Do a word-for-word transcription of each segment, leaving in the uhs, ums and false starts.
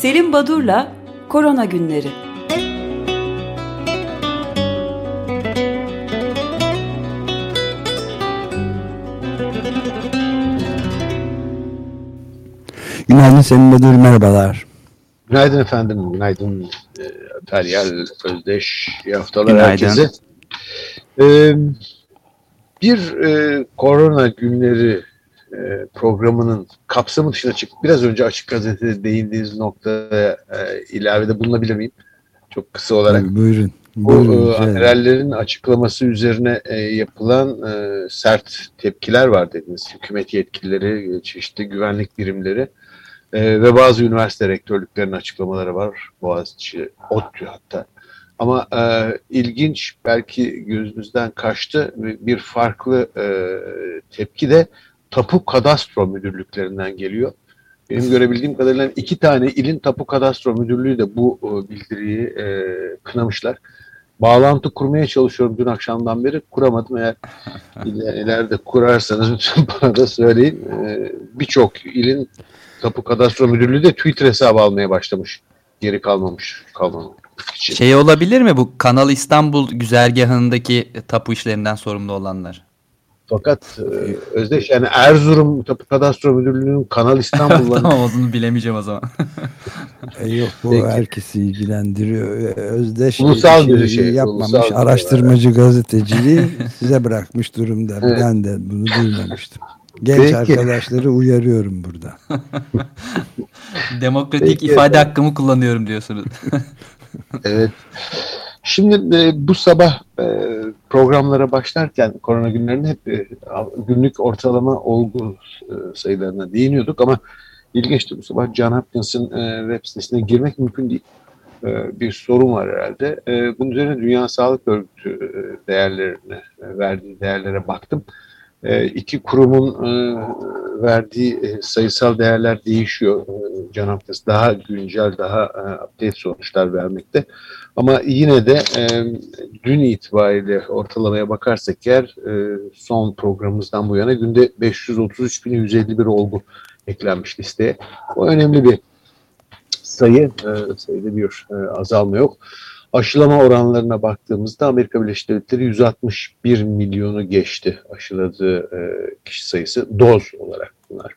Selim Badur'la Korona Günleri. Günaydın Selim Badur, merhabalar. Günaydın efendim, günaydın e, Feryal, Özdeş, iyi haftalar Günaydın. Herkese. E, bir e, Korona Günleri e, programının kapsamı dışına çıkıp biraz önce Açık Gazete'de değindiğiniz noktaya e, ilavede bulunabilir miyim? Çok kısa olarak. Tabii, buyurun. Bu buyurun e, amirallerin açıklaması üzerine e, yapılan e, sert tepkiler var dediniz. Hükümet yetkilileri, çeşitli güvenlik birimleri. Ee, ve bazı üniversite rektörlüklerinin açıklamaları var. Boğaziçi, ODTÜ hatta. Ama e, ilginç, belki gözünüzden kaçtı. Bir farklı e, tepki de tapu kadastro müdürlüklerinden geliyor. Benim görebildiğim kadarıyla iki tane ilin tapu kadastro müdürlüğü de bu e, bildiriyi e, kınamışlar. Bağlantı kurmaya çalışıyorum dün akşamdan beri. Kuramadım. Eğer ileride kurarsanız lütfen bana da söyleyin. E, Birçok ilin Tapu Kadastro Müdürlüğü de Twitter hesabı almaya başlamış. Geri kalmamış. Kalmamış için. Şey olabilir mi bu Kanal İstanbul güzergahındaki tapu işlerinden sorumlu olanlar? Fakat e, Özdeş, yani Erzurum Tapu Kadastro Müdürlüğü'nün Kanal İstanbul'la... Tamam, onu bilemeyeceğim o zaman. e yok, bu Peki. herkesi ilgilendiriyor. Özdeş Ulusal bir şey. yapmamış. Ulusal Araştırmacı bir gazeteciliği size bırakmış durumda. Evet. Ben de bunu duymamıştım. Genç Peki. arkadaşları uyarıyorum burada. Demokratik Peki. ifade hakkımı kullanıyorum diyorsunuz. Evet. Şimdi e, bu sabah e, programlara başlarken korona günlerinde hep e, günlük ortalama olgu e, sayılarına değiniyorduk ama ilginçti, bu sabah John Hopkins'in e, web sitesine girmek mümkün değil. E, bir sorun var herhalde. E, bunun üzerine Dünya Sağlık Örgütü e, değerlerine, e, verdiği değerlere baktım. E, iki kurumun e, verdiği e, sayısal değerler değişiyor. E, John Hopkins daha güncel, daha e, update sonuçlar vermekte. Ama yine de e, dün itibariyle ortalamaya bakarsak eğer e, son programımızdan bu yana günde beş yüz otuz üç bin yüz elli bir olgu eklenmiş listeye. O önemli bir sayı. E, sayıda bir e, azalma yok. Aşılama oranlarına baktığımızda Amerika Birleşik Devletleri yüz altmış bir milyonu geçti aşıladığı e, kişi sayısı, doz olarak bunlar.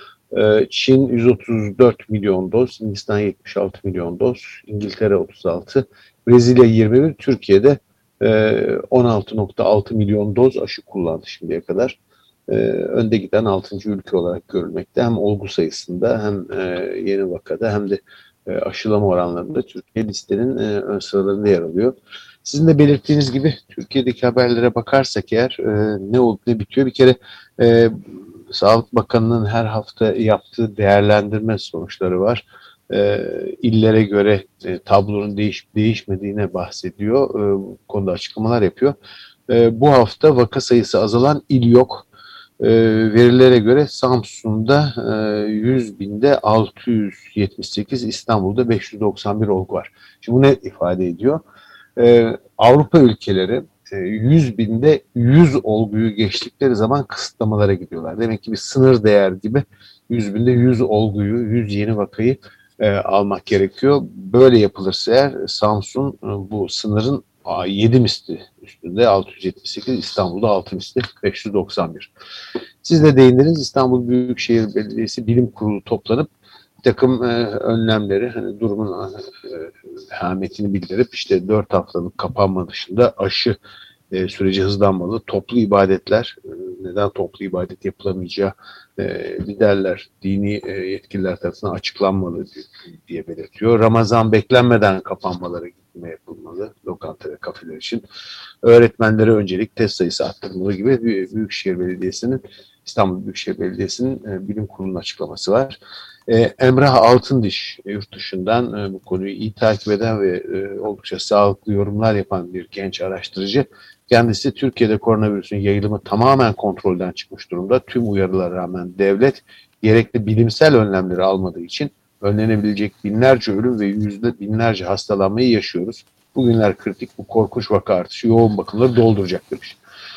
E, Çin yüz otuz dört milyon doz, Hindistan yetmiş altı milyon doz, İngiltere otuz altı, Brezilya yirmi bir, Türkiye'de e, on altı nokta altı milyon doz aşı kullandı şimdiye kadar. E, önde giden altıncı ülke olarak görülmekte. Hem olgu sayısında hem e, yeni vakada hem de aşılama oranlarında Türkiye listenin e, ön sıralarında yer alıyor. Sizin de belirttiğiniz gibi Türkiye'deki haberlere bakarsak eğer e, ne olup ne bitiyor, bir kere e, Sağlık Bakanı'nın her hafta yaptığı değerlendirme sonuçları var. E, illere göre e, tablonun değişip değişmediğine bahsediyor. E, bu konuda açıklamalar yapıyor. E, bu hafta vaka sayısı azalan il yok. E, verilere göre Samsun'da e, yüz binde altı yüz yetmiş sekiz, İstanbul'da beş yüz doksan bir olgu var. Şimdi bu ne ifade ediyor? E, Avrupa ülkeleri e, yüz binde yüz olguyu geçtikleri zaman kısıtlamalara gidiyorlar. Demek ki bir sınır değer gibi yüz binde yüz olguyu, yüz yeni vakayı e, almak gerekiyor. Böyle yapılırsa eğer Samsun e, bu sınırın yedi misli üstünde, altı yüz yetmiş sekiz, İstanbul'da altı misli, beş yüz doksan bir. Siz de değindiniz, İstanbul Büyükşehir Belediyesi Bilim Kurulu toplanıp bir takım e, önlemleri, hani durumun e, ehametini bildirip işte dört haftalık kapanma dışında aşı e, süreci hızlanmalı, toplu ibadetler, e, neden toplu ibadet yapılamayacağı e, liderler, dini e, yetkililer tarafından açıklanmalı diye belirtiyor. Ramazan beklenmeden kapanmaları yapılmalı lokanta ve kafeler için. Öğretmenlere öncelik, test sayısı arttırılmalı gibi Büyükşehir Belediyesi'nin, İstanbul Büyükşehir Belediyesi'nin e, bilim kurulunun açıklaması var. E, Emrah Altındiş, e, yurt dışından e, bu konuyu iyi takip eden ve e, oldukça sağlıklı yorumlar yapan bir genç araştırıcı. Kendisi Türkiye'de koronavirüsün yayılımı tamamen kontrolden çıkmış durumda. Tüm uyarılara rağmen devlet gerekli bilimsel önlemleri almadığı için önlenebilecek binlerce ölüm ve yüzde binlerce hastalanmayı yaşıyoruz. Bugünler kritik, bu korkunç vaka artışı yoğun bakımları dolduracak demiş.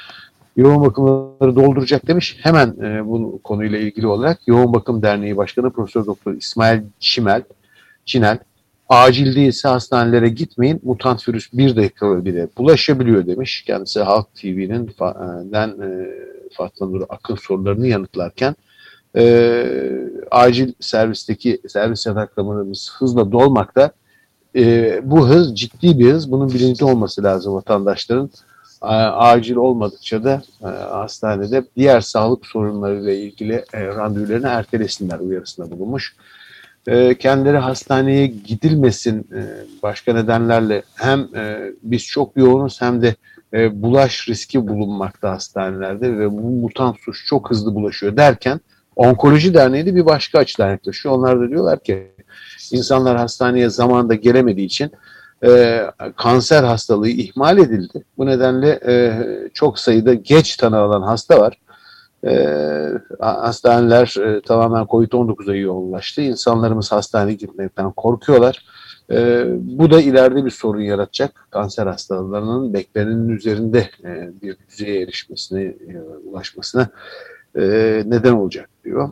Yoğun bakımları dolduracak demiş. Hemen e, bu konuyla ilgili olarak Yoğun Bakım Derneği Başkanı Profesör Doktor İsmail Çimel Çinel. Acil değilse hastanelere gitmeyin. Mutant virüs bir dakika bile bulaşabiliyor demiş. Kendisi Halk T V'nin den e, Fatma Nur Akın sorularını yanıtlarken e, acil servisteki servis yataklarımız hızla dolmakta. E, bu hız ciddi bir hız. Bunun bilinci olması lazım vatandaşların. A, acil olmadıkça da e, hastanede diğer sağlık sorunlarıyla ilgili e, randevularını ertelesinler uyarısında bulunmuş. E, kendileri hastaneye gidilmesin e, başka nedenlerle hem e, biz çok yoğunuz hem de e, bulaş riski bulunmakta hastanelerde ve bu mutant suç çok hızlı bulaşıyor derken Onkoloji Derneği de bir başka açıdan yaklaşıyor. Onlar da diyorlar ki insanlar hastaneye zamanında gelemediği için e, kanser hastalığı ihmal edildi. Bu nedenle e, çok sayıda geç tanı alan hasta var. E, hastaneler e, tamamen kovid on dokuza yoğunlaştı. İnsanlarımız hastaneye gitmekten korkuyorlar. E, bu da ileride bir sorun yaratacak. Kanser hastalarının beklenenin üzerinde e, bir düzeye erişmesine, e, ulaşmasına e, neden olacak diyor.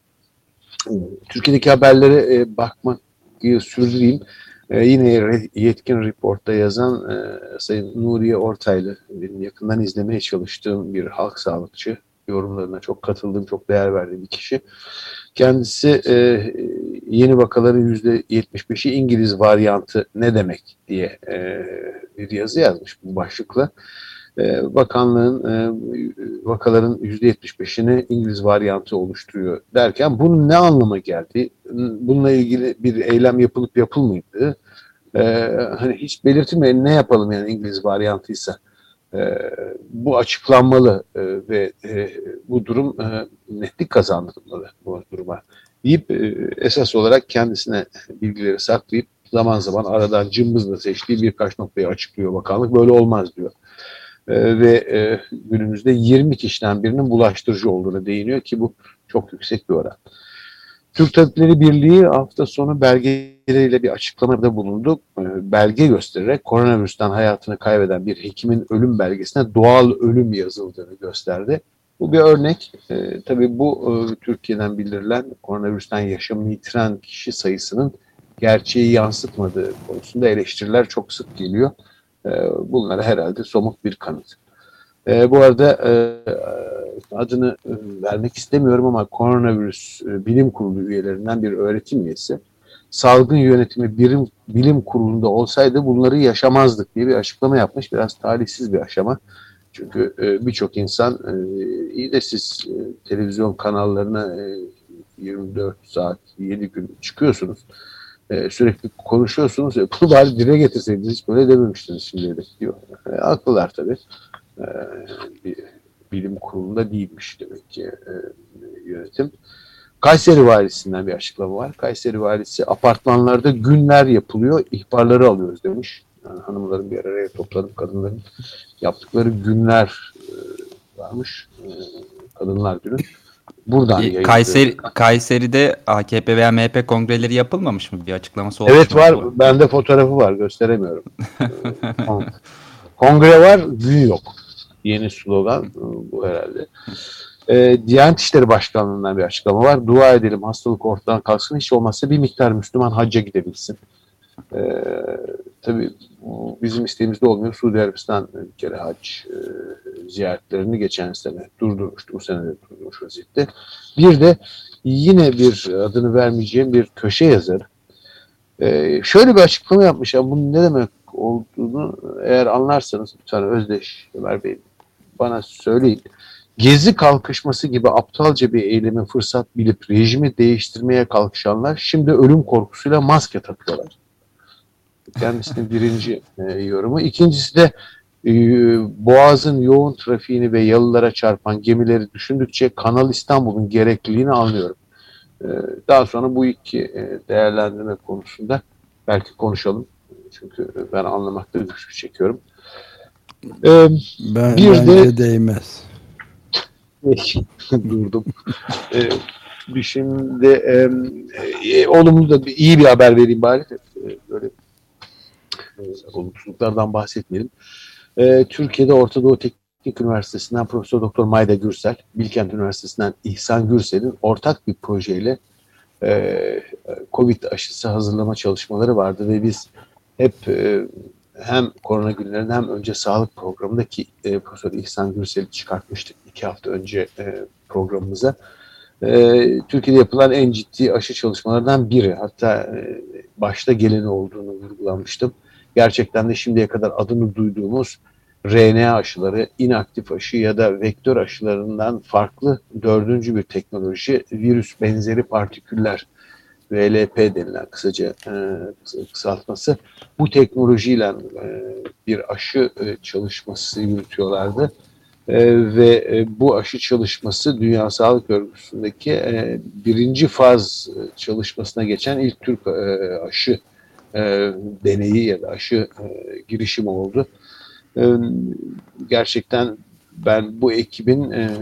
Türkiye'deki haberlere e, bakmak sürdüreyim. Ee, yine Yetkin Report'ta yazan e, Sayın Nuriye Ortaylı, benim yakından izlemeye çalıştığım bir halk sağlıkçı, yorumlarına çok katıldığım, çok değer verdiğim bir kişi. Kendisi e, yeni vakaların yüzde yetmiş beşi İngiliz varyantı ne demek diye e, bir yazı yazmış bu başlıkla. E, bakanlığın e, vakaların yüzde yetmiş beşini İngiliz varyantı oluşturuyor derken bunun ne anlama geldiği, bununla ilgili bir eylem yapılıp yapılmadığı e, hani hiç belirtilmeyen ne yapalım yani İngiliz varyantıysa e, bu açıklanmalı e, ve e, bu durum e, netlik kazandırılmalı bu duruma deyip e, esas olarak kendisine bilgileri saklayıp zaman zaman aradan cımbızla seçtiği birkaç noktayı açıklıyor bakanlık. Böyle olmaz diyor. Ee, ve e, günümüzde yirmi kişiden birinin bulaştırıcı olduğuna değiniyor ki bu çok yüksek bir oran. Türk Tabipleri Birliği hafta sonu belgeleriyle bir açıklamada bulundu. E, belge göstererek koronavirüsten hayatını kaybeden bir hekimin ölüm belgesine doğal ölüm yazıldığını gösterdi. Bu bir örnek. E, tabii bu e, Türkiye'den bildirilen koronavirüsten yaşamını yitiren kişi sayısının gerçeği yansıtmadığı konusunda eleştiriler çok sık geliyor. Bunlara herhalde somut bir kanıt. E, bu arada e, adını e, vermek istemiyorum ama koronavirüs e, bilim kurulu üyelerinden bir öğretim üyesi salgın yönetimi bilim, bilim kurulunda olsaydı bunları yaşamazdık diye bir açıklama yapmış. Biraz talihsiz bir aşama. Çünkü e, birçok insan e, iyi de siz e, televizyon kanallarına e, yirmi dört saat yedi gün çıkıyorsunuz. Ee, sürekli konuşuyorsunuz. E, bunu bari dile getirseydiniz hiç böyle dememiştiniz şimdiye dek diyor. E, haklılar tabii. E, bir bilim kurulunda değilmiş demek ki e, yönetim. Kayseri valisinden bir açıklama var. Kayseri valisi apartmanlarda günler yapılıyor, ihbarları alıyoruz demiş. Yani hanımların bir araya toplanıp kadınların yaptıkları günler e, varmış. E, kadınlar günü. Buradan Kayseri, Kayseri'de A K P veya M H P kongreleri yapılmamış mı? Bir açıklaması olmuş evet mu? var. Bu? Bende fotoğrafı var. Gösteremiyorum. Kongre var, gün yok. Yeni slogan bu herhalde. Ee, Diyanet İşleri Başkanlığı'ndan bir açıklama var. Dua edelim hastalık ortadan kalksın. Hiç olmazsa bir miktar Müslüman hacca gidebilsin. Ee, tabii bizim isteğimizde olmuyor. Suudi Arabistan bir kere hac e, ziyaretlerini geçen sene durdurmuştu. Bu sene de durdurmuş vaziyette. Bir de yine bir adını vermeyeceğim bir köşe yazarı. Ee, şöyle bir açıklama yapmış. Yani bunun ne demek olduğunu eğer anlarsanız lütfen Özdeş Ömer Bey bana söyleyin. Gezi kalkışması gibi aptalca bir eylemi fırsat bilip rejimi değiştirmeye kalkışanlar şimdi ölüm korkusuyla maske takıyorlar. Kendisinin birinci e, yorumu. İkincisi de e, Boğaz'ın yoğun trafiğini ve yalılara çarpan gemileri düşündükçe Kanal İstanbul'un gerekliliğini anlıyorum. E, daha sonra bu iki e, değerlendirme konusunda belki konuşalım. Çünkü ben anlamakta güçlük çekiyorum. E, ben, bir bence de değmez. Durdum. E, bir şimdi e, e, olumlu da bir, iyi bir haber vereyim bari. E, böyle e, olumsuzluklardan bahsetmeyelim. E, Türkiye'de Orta Doğu Teknik Üniversitesi'nden Profesör Doktor Mayda Gürsel, Bilkent Üniversitesi'nden İhsan Gürsel'in ortak bir projeyle e, Covid aşısı hazırlama çalışmaları vardı ve biz hep e, hem korona günlerinde hem önce sağlık programındaki e, Profesör İhsan Gürsel'i çıkartmıştık iki hafta önce e, programımıza. E, Türkiye'de yapılan en ciddi aşı çalışmalardan biri. Hatta e, başta geleni olduğunu vurgulanmıştım. Gerçekten de şimdiye kadar adını duyduğumuz R N A aşıları, inaktif aşı ya da vektör aşılarından farklı dördüncü bir teknoloji, virüs benzeri partiküller, V L P denilen kısaca e, kısaltması, bu teknolojiyle e, bir aşı e, çalışması yürütüyorlardı. E, ve e, bu aşı çalışması Dünya Sağlık Örgütü'ndeki e, birinci faz çalışmasına geçen ilk Türk e, aşı e, deneyi ya da aşı e, girişimi oldu. E, gerçekten ben bu ekibin e,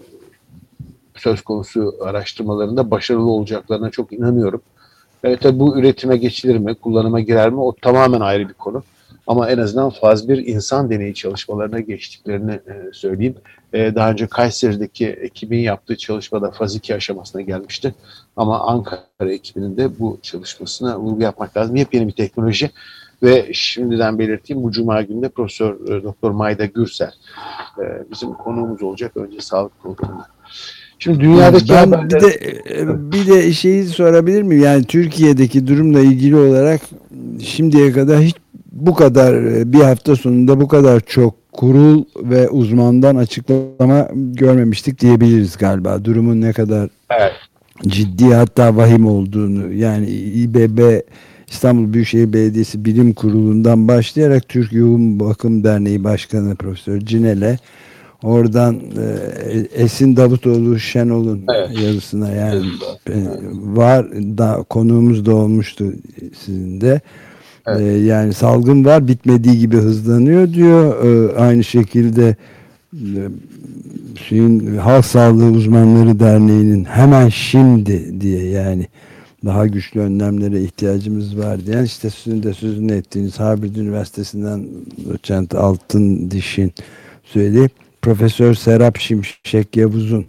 söz konusu araştırmalarında başarılı olacaklarına çok inanıyorum. Evet, tabii bu üretime geçilir mi, kullanıma girer mi, o tamamen ayrı bir konu. Ama en azından faz bir insan deneyi çalışmalarına geçtiklerini e, söyleyeyim. E, daha önce Kayseri'deki ekibin yaptığı çalışmada faz iki aşamasına gelmişti. Ama Ankara ekibinin de bu çalışmasına vurgu yapmak lazım. Yepyeni bir teknoloji ve şimdiden belirteyim, bu Cuma günü Profesör e, Doktor Mayda Gürsel e, bizim konuğumuz olacak önce sağlık programında. Şimdi dünyadaki ben haberler... bir de bir de şeyi sorabilir miyim? Yani Türkiye'deki durumla ilgili olarak şimdiye kadar hiç bu kadar bir hafta sonunda bu kadar çok kurul ve uzmandan açıklama görmemiştik diyebiliriz galiba. Durumun ne kadar Evet. ciddi hatta vahim olduğunu, yani İ B B İstanbul Büyükşehir Belediyesi Bilim Kurulu'ndan başlayarak Türk Yoğun Bakım Derneği Başkanı Profesör Cinel'e, oradan e, Esin Davutoğlu Şenol'un Evet. yazısına, yani Evet. e, var da konuğumuz da olmuştu sizin de. Evet. E, yani salgın var, bitmediği gibi hızlanıyor diyor. E, aynı şekilde e, şeyin, Halk Sağlığı Uzmanları Derneği'nin hemen şimdi diye, yani daha güçlü önlemlere ihtiyacımız var diyen, işte sizin de sözünü ettiğiniz Harvard Üniversitesi'nden doçent Altın Diş'in söyleyip Profesör Serap Şimşek Yavuz'un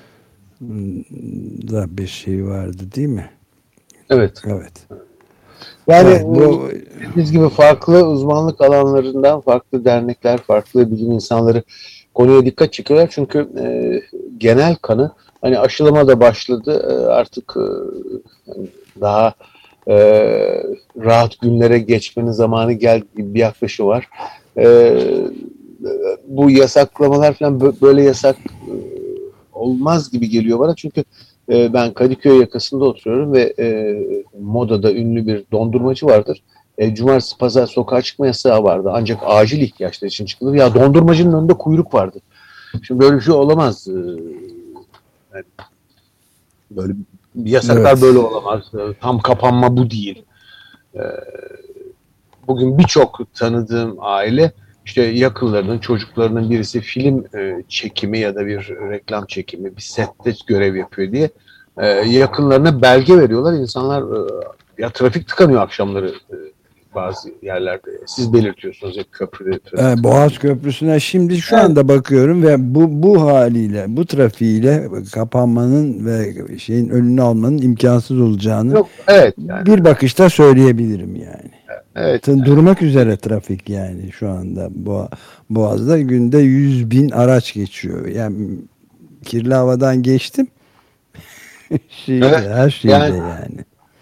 da bir şey vardı değil mi? Evet. Evet. Yani Evet, bu dediğiniz gibi farklı uzmanlık alanlarından farklı dernekler, farklı bilim insanları konuya dikkat çekiyorlar. Çünkü e, genel kanı, hani aşılama da başladı, e, artık e, daha e, rahat günlere geçmenin zamanı geldi gibi bir yaklaşım var. E, bu yasaklamalar falan böyle yasak e, olmaz gibi geliyor bana. Çünkü e, ben Kadıköy yakasında oturuyorum ve e, Moda'da ünlü bir dondurmacı vardır. E, Cumartesi, pazar sokağa çıkma yasağı vardı. Ancak acil ihtiyaçlar için çıkılır. Ya dondurmacının önünde kuyruk vardı. Şimdi böyle bir şey olamaz. E, yani böyle yasaklar evet. böyle olamaz. E, tam kapanma bu değil. E, bugün birçok tanıdığım aile, İşte yakınlarının, çocuklarının birisi film e, çekimi ya da bir reklam çekimi, bir sette görev yapıyor diye e, yakınlarına belge veriyorlar. İnsanlar e, ya trafik tıkanıyor akşamları e, bazı yerlerde. Siz belirtiyorsunuz ya, köprüde trafik. E, Boğaz Köprüsü'ne şimdi şu Evet. anda bakıyorum ve bu bu haliyle, bu trafiğiyle kapanmanın ve şeyin önünü almanın imkansız olacağını Yok, evet yani. bir bakışta söyleyebilirim yani. Evet. Durmak üzere trafik yani şu anda Boğa, Boğaz'da günde yüz bin araç geçiyor. Yani kirli havadan geçtim. Şeyde, Evet. her şeyde Yani yani.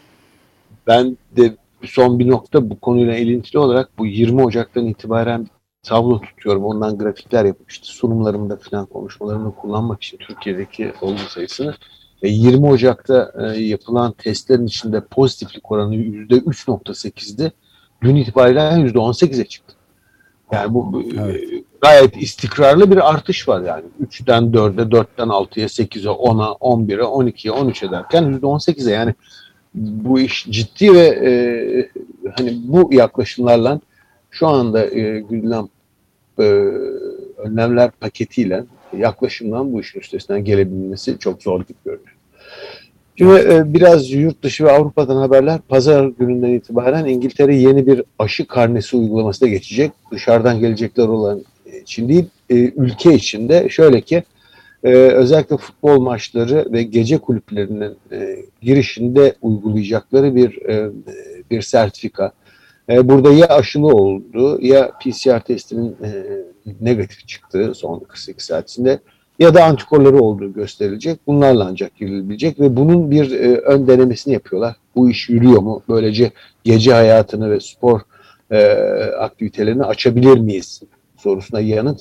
ben de son bir nokta bu konuyla ilintili olarak bu yirmi Ocak'tan itibaren tablo tutuyorum. Ondan grafikler yapıp işte sunumlarımda falan, konuşmalarımda kullanmak için Türkiye'deki olgu sayısını. E, yirmi Ocak'ta e, yapılan testlerin içinde pozitiflik oranı yüzde üç nokta sekizdi. Dün itibariyle yüzde on sekize çıktı. Yani bu, bu Evet. e, gayet istikrarlı bir artış var yani. üçten dörde, dörtten altıya, sekize, ona, on bire, on ikiye, on üçe derken yüzde on sekize, yani bu iş ciddi ve e, hani bu yaklaşımlarla şu anda e, güdülen e, önlemler paketiyle, yaklaşımla bu işin üstesinden gelebilmesi çok zor gibi görünüyor. Şimdi e, biraz yurt dışı ve Avrupa'dan haberler. Pazar gününden itibaren İngiltere yeni bir aşı karnesi uygulamasına geçecek. Dışarıdan gelecekler olan için değil, e, ülke içinde. Şöyle ki e, özellikle futbol maçları ve gece kulüplerinin e, girişinde uygulayacakları bir e, bir sertifika. E, burada ya aşılı oldu ya P C R testinin e, negatif çıktığı son kırk sekiz saat içinde ya da antikorları olduğu gösterilecek. Bunlarla ancak girilebilecek ve bunun bir e, ön denemesini yapıyorlar. Bu iş yürüyor mu? Böylece gece hayatını ve spor e, aktivitelerini açabilir miyiz sorusuna yanıt.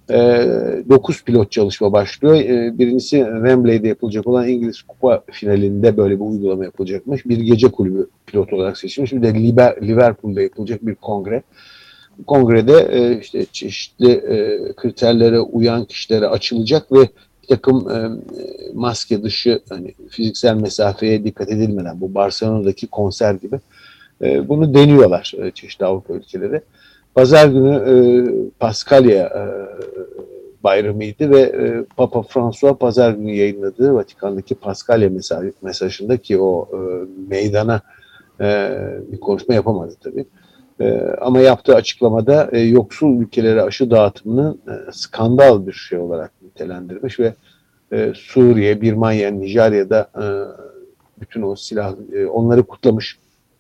dokuz e, pilot çalışma başlıyor. E, birincisi Wembley'de yapılacak olan İngiliz Kupa finalinde böyle bir uygulama yapılacakmış. Bir gece kulübü pilot olarak seçilmiş. Bir de Liverpool'da yapılacak bir kongre. Kongrede e, işte çeşitli e, kriterlere uyan kişilere açılacak ve bir takım e, maske dışı hani fiziksel mesafeye dikkat edilmeden bu Barcelona'daki konser gibi e, bunu deniyorlar e, çeşitli Avrupa ülkeleri. Pazar günü e, Paskalya e, bayramıydı ve e, Papa François pazar günü yayınladığı Vatikan'daki Paskalya mesaj, mesajında ki o e, meydana e, bir konuşma yapamadı tabii. E, ama yaptığı açıklamada e, yoksul ülkelere aşı dağıtımını e, skandal bir şey olarak nitelendirmiş ve e, Suriye, Birmanya, Nijerya'da e, bütün o silah e, onları kutlamış.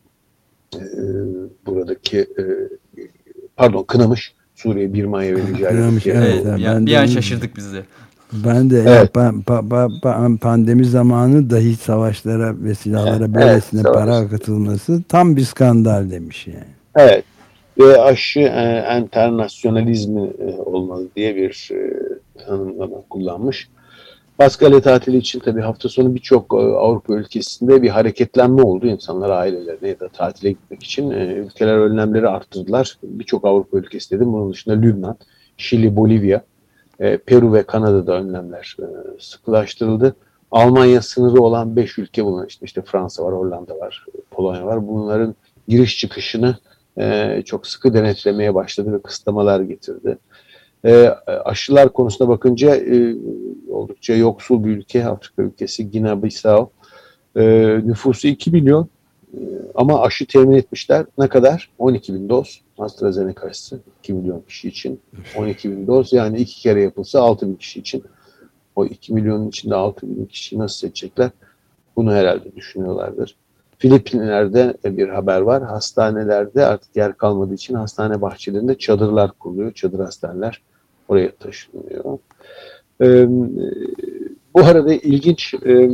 E, buradaki e, pardon kınamış. Suriye, Birmanya ve Nijerya'daki. Evet, evet, bir, an, bir an şaşırdık biz de. Ben de evet. pa, pa, pa, pa, pandemi zamanı dahi savaşlara ve silahlara evet, böylesine evet, para akıtılması tam bir skandal demiş yani. Evet. Ve aşı e, enternasyonalizmi e, olmalı diye bir e, tanımlama kullanmış. Paskalya tatili için tabii hafta sonu birçok e, Avrupa ülkesinde bir hareketlenme oldu. İnsanlar ailelerine ya da tatile gitmek için e, ülkeler önlemleri arttırdılar. Birçok Avrupa ülkesi dedim. Bunun dışında Lübnan, Şili, Bolivya, e, Peru ve Kanada'da önlemler e, sıkılaştırıldı. Almanya sınırı olan beş ülke bunlar. İşte, işte Fransa var, Hollanda var, Polonya var. Bunların giriş çıkışını e, çok sıkı denetlemeye başladı ve kısıtlamalar getirdi. E, aşılar konusuna bakınca e, oldukça yoksul bir ülke, Afrika ülkesi Gine-Bissau. E, nüfusu iki milyon e, ama aşı temin etmişler. Ne kadar? on iki bin doz. AstraZeneca aşısı iki milyon kişi için. on iki bin doz yani iki kere yapılsa altı bin kişi için. O iki milyonun içinde altı bin kişiyi nasıl seçecekler? Bunu herhalde düşünüyorlardır. Filipinler'de bir haber var. Hastanelerde artık yer kalmadığı için hastane bahçelerinde çadırlar kuruluyor. Çadır hastaneler oraya taşınıyor. Ee, bu arada ilginç e,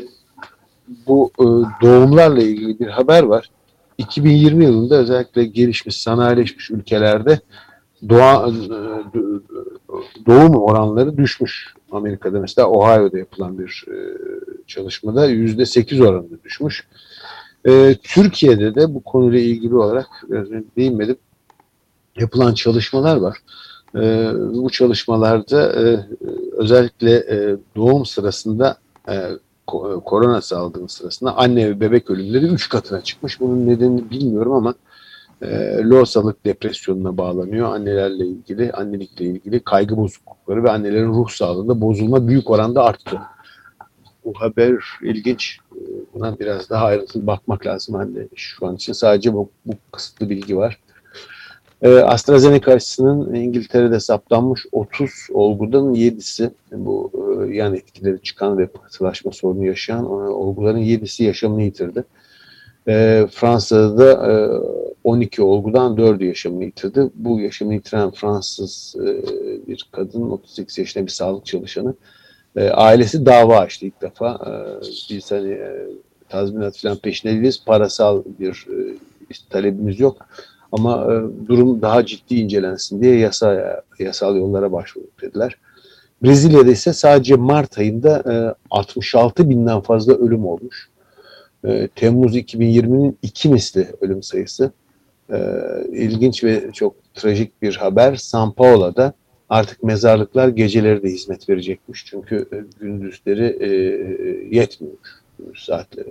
bu e, doğumlarla ilgili bir haber var. iki bin yirmi yılında özellikle gelişmiş, sanayileşmiş ülkelerde doğa, e, doğum oranları düşmüş. Amerika'da mesela Ohio'da yapılan bir e, çalışmada yüzde sekiz oranında düşmüş. E, Türkiye'de de bu konuyla ilgili olarak biraz önce değinmedim, yapılan çalışmalar var. E, bu çalışmalarda e, özellikle e, doğum sırasında e, ko- korona salgını sırasında anne ve bebek ölümleri üç katına çıkmış. Bunun nedenini bilmiyorum ama e, lohusalık depresyonuna bağlanıyor. Annelerle ilgili, annelikle ilgili kaygı bozuklukları ve annelerin ruh sağlığında bozulma büyük oranda arttı. Bu haber ilginç. Buna biraz daha ayrıntılı bakmak lazım. Hani şu an için sadece bu, bu kısıtlı bilgi var. Ee, AstraZeneca aşısının İngiltere'de saptanmış otuz olgudan yedisi bu e, yan etkileri çıkan ve pıhtılaşma sorunu yaşayan e, olguların yedisi yaşamını yitirdi. E, Fransa'da da e, on iki olgudan dördü yaşamını yitirdi. Bu yaşamını yitiren Fransız e, bir kadın, otuz sekiz yaşında bir sağlık çalışanı. E, ailesi dava açtı ilk defa. E, biz hani e, tazminat falan peşinde değiliz. Parasal bir e, talebimiz yok. Ama e, durum daha ciddi incelensin diye yasa, yasal yollara başvurduk dediler. Brezilya'da ise sadece Mart ayında e, altmış altı binden fazla ölüm olmuş. E, Temmuz iki bin yirminin iki misli ölüm sayısı. E, ilginç ve çok trajik bir haber. São Paulo'da artık mezarlıklar geceleri de hizmet verecekmiş. Çünkü e, gündüzleri e, yetmiyor saatleri.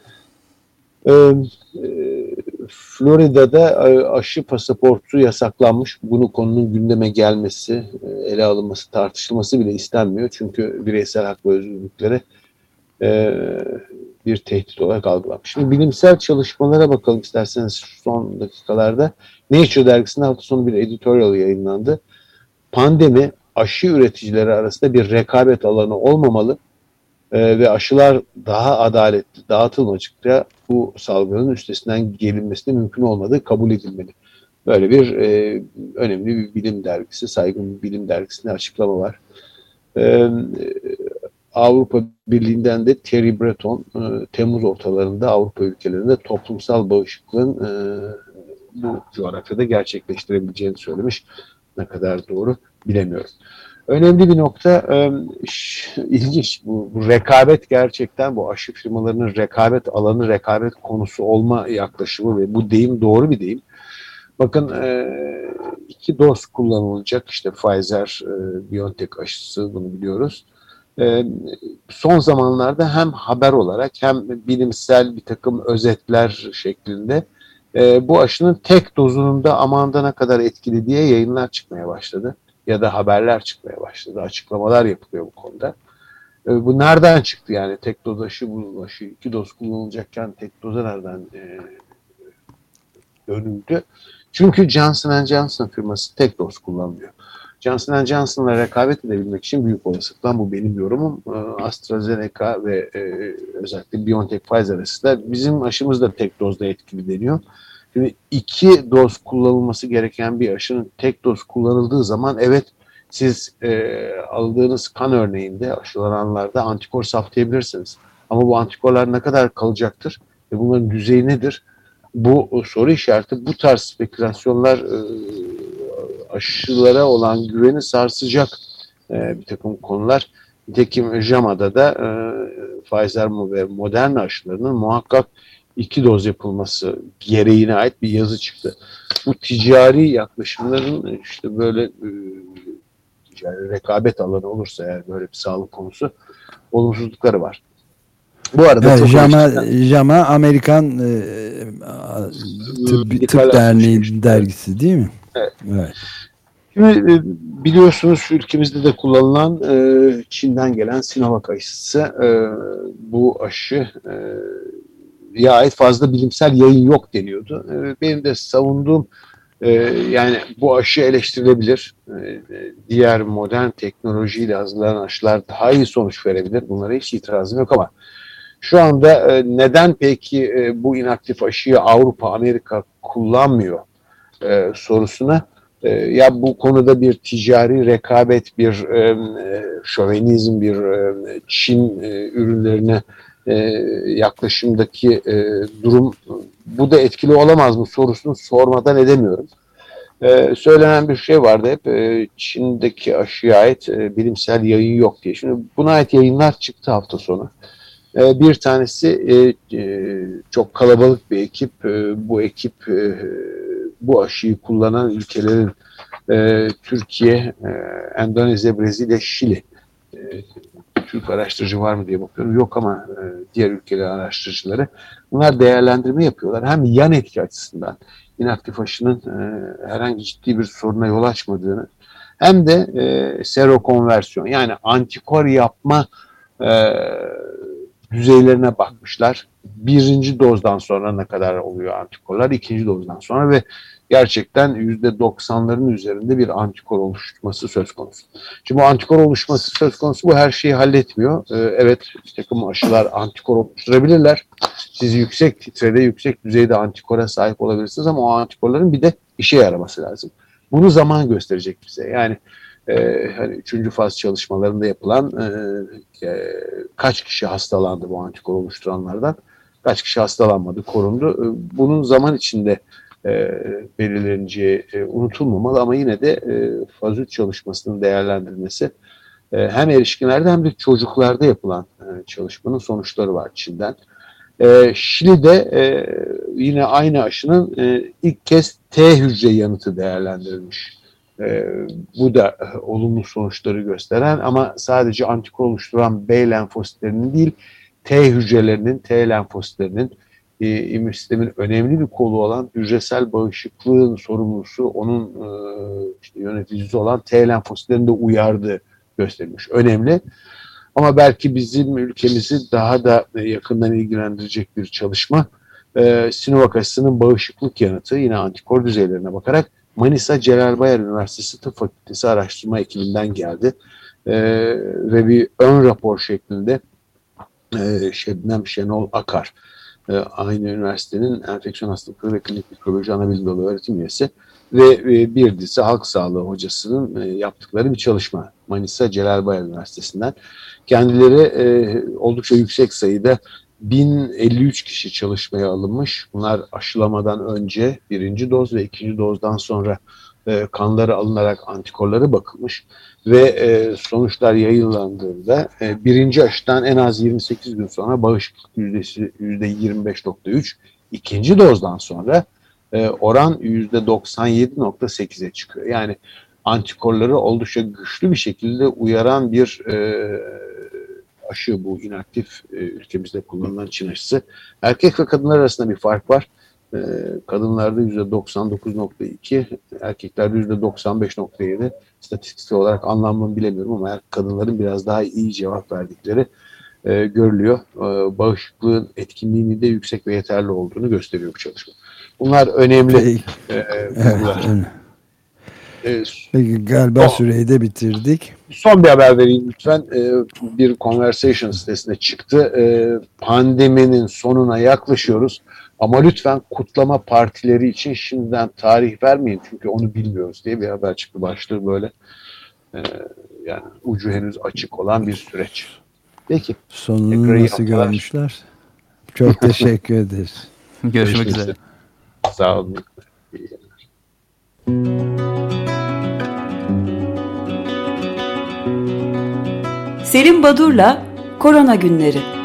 E, e, Florida'da e, aşı pasaportu yasaklanmış. Bunu konunun gündeme gelmesi, e, ele alınması, tartışılması bile istenmiyor. Çünkü bireysel hak ve özgürlüklere e, bir tehdit olarak algılanmış. Şimdi bilimsel çalışmalara bakalım isterseniz son dakikalarda. Nature dergisinde hafta sonu bir editorial yayınlandı. Pandemi aşı üreticileri arasında bir rekabet alanı olmamalı e, ve aşılar daha adaletli dağıtılmadıkça bu salgının üstesinden gelinmesinin mümkün olmadığı kabul edilmeli. Böyle bir e, önemli bir bilim dergisi, saygın bir bilim dergisinde açıklama var. E, Avrupa Birliği'nden de Thierry Breton, e, Temmuz ortalarında Avrupa ülkelerinde toplumsal bağışıklığın e, bu coğrafyada gerçekleştirebileceğini söylemiş. Ne kadar doğru bilemiyorum. Önemli bir nokta, e, ilginç bu, bu rekabet gerçekten bu aşı firmalarının rekabet alanı, rekabet konusu olma yaklaşımı ve bu deyim doğru bir deyim. Bakın e, iki doz kullanılacak işte Pfizer, e, BioNTech aşısı bunu biliyoruz. E, son zamanlarda hem haber olarak hem bilimsel bir takım özetler şeklinde e, bu aşının tek dozunun da amanda ne kadar etkili diye yayınlar çıkmaya başladı. Ya da haberler çıkmaya başladı. Açıklamalar yapılıyor bu konuda. E, bu nereden çıktı yani? Tek doz aşı, bu aşı iki doz kullanılacakken tek doza nereden e, dönüldü? Çünkü Johnson and Johnson firması tek doz kullanmıyor. Johnson and Johnson'la rekabet edebilmek için büyük olasılıkla, bu benim yorumum, AstraZeneca ve e, özellikle BioNTech Pfizer arasında bizim aşımız da tek dozda etkili deniyor. Şimdi iki doz kullanılması gereken bir aşının tek doz kullanıldığı zaman evet siz e, aldığınız kan örneğinde aşılananlarda antikor saflayabilirsiniz. Ama bu antikorlar ne kadar kalacaktır ve bunların düzeyi nedir? Bu soru işareti, bu tarz spekülasyonlar e, aşılara olan güveni sarsacak e, bir takım konular. Nitekim JAMA'da da e, Pfizer ve Moderna aşılarının muhakkak iki doz yapılması gereğine ait bir yazı çıktı. Bu ticari yaklaşımların işte böyle e, ticari rekabet alanı olursa eğer böyle bir sağlık konusu olumsuzlukları var. Bu arada evet, JAMA, önemli. JAMA Amerikan e, Tıp, Tıp Derneği dergisi değil mi? Evet. Evet. Şimdi biliyorsunuz ülkemizde de kullanılan e, Çin'den gelen Sinovac aşısı. E, bu aşı e, ya ait fazla bilimsel yayın yok deniyordu. E, benim de savunduğum e, yani bu aşı eleştirilebilir. E, diğer modern teknolojiyle hazırlanan aşılar daha iyi sonuç verebilir. Bunlara hiç itirazım yok ama şu anda e, neden peki e, bu inaktif aşıyı Avrupa, Amerika kullanmıyor e, sorusuna e, ya bu konuda bir ticari rekabet, bir e, şövenizm, bir e, Çin e, ürünlerine e, yaklaşımdaki e, durum bu da etkili olamaz mı sorusunu sormadan edemiyorum. E, söylenen bir şey vardı hep e, Çin'deki aşıya ait e, bilimsel yayın yok diye. Şimdi buna ait yayınlar çıktı hafta sonu. Bir tanesi e, e, çok kalabalık bir ekip. E, bu ekip e, bu aşıyı kullanan ülkelerin e, Türkiye, e, Endonezya, Brezilya, Şili. E, Türk araştırıcı var mı diye bakıyorum. Yok ama e, diğer ülkeler araştırıcıları. Bunlar değerlendirme yapıyorlar. Hem yan etki açısından inaktif aşının e, herhangi ciddi bir soruna yol açmadığını hem de e, serokonversiyon yani antikor yapma e, düzeylerine bakmışlar. Birinci dozdan sonra ne kadar oluyor antikorlar, ikinci dozdan sonra ve gerçekten yüzde doksanların üzerinde bir antikor oluşması söz konusu. Şimdi bu antikor oluşması söz konusu bu her şeyi halletmiyor. Ee, evet bir takım aşılar antikor oluşturabilirler. Siz yüksek titrede, yüksek düzeyde antikora sahip olabilirsiniz ama o antikorların bir de işe yaraması lazım. Bunu zaman gösterecek bize. Yani Ee, hani üçüncü faz çalışmalarında yapılan e, e, kaç kişi hastalandı bu antikor oluşturanlardan, kaç kişi hastalanmadı, korundu. E, bunun zaman içinde e, belirleneceği e, unutulmamalı ama yine de e, faz üç çalışmasının değerlendirilmesi e, hem erişkinlerde hem de çocuklarda yapılan e, çalışmanın sonuçları var Çin'den. E, Şili'de e, yine aynı aşının e, ilk kez T hücre yanıtı değerlendirilmiş. Ee, bu da e, olumlu sonuçları gösteren ama sadece antikor oluşturan B lenfositlerinin değil T hücrelerinin, T lenfositlerinin e, immün sistemin önemli bir kolu olan hücresel bağışıklığın sorumlusu, onun e, işte yöneticisi olan T lenfositlerini de uyardığı gösterilmiş. Önemli. Ama belki bizim ülkemizi daha da yakından ilgilendirecek bir çalışma. E, Sinovac aşısının bağışıklık yanıtı yine antikor düzeylerine bakarak Manisa Celal Bayar Üniversitesi Tıp Fakültesi araştırma ekibinden geldi. E, ve bir ön rapor şeklinde e, Şebnem Şenol Akar, e, aynı üniversitenin enfeksiyon hastalıkları ve klinik mikrobiyoloji anabilim dalı öğretim üyesi ve e, bir dizi halk sağlığı hocasının e, yaptıkları bir çalışma Manisa Celal Bayar Üniversitesi'nden. Kendileri e, oldukça yüksek sayıda bin elli üç kişi çalışmaya alınmış. Bunlar aşılamadan önce birinci doz ve ikinci dozdan sonra e, kanları alınarak antikorları bakılmış ve e, sonuçlar yayınlandığında e, birinci aşıdan en az yirmi sekiz gün sonra bağışıklık yüzdesi yüzde yirmi beş nokta üç, ikinci dozdan sonra e, oran yüzde doksan yedi nokta sekize çıkıyor. Yani antikorları oldukça güçlü bir şekilde uyaran bir e, aşı bu inaktif e, ülkemizde kullanılan Çin aşısı. Erkek ve kadınlar arasında bir fark var. E, kadınlarda yüzde doksan dokuz nokta iki, erkeklerde yüzde doksan beş nokta yedi. İstatistiksel olarak anlamını bilemiyorum ama kadınların biraz daha iyi cevap verdikleri e, görülüyor. E, bağışıklığın etkinliğinin de yüksek ve yeterli olduğunu gösteriyor bu çalışma. Bunlar önemli. E, evet, e, Peki galiba son, süreyi de bitirdik. Son bir haber vereyim lütfen. E, bir Conversation sitesine çıktı. E, pandeminin sonuna yaklaşıyoruz. Ama lütfen kutlama partileri için şimdiden tarih vermeyin. Çünkü onu bilmiyoruz diye bir haber çıktı. Başlığı böyle. E, yani ucu henüz açık olan bir süreç. Peki. Sonunu nasıl görmüşler? Çok teşekkür ederiz. Görüşmek üzere. Sağ olun. Selim Badur'la Korona Günleri.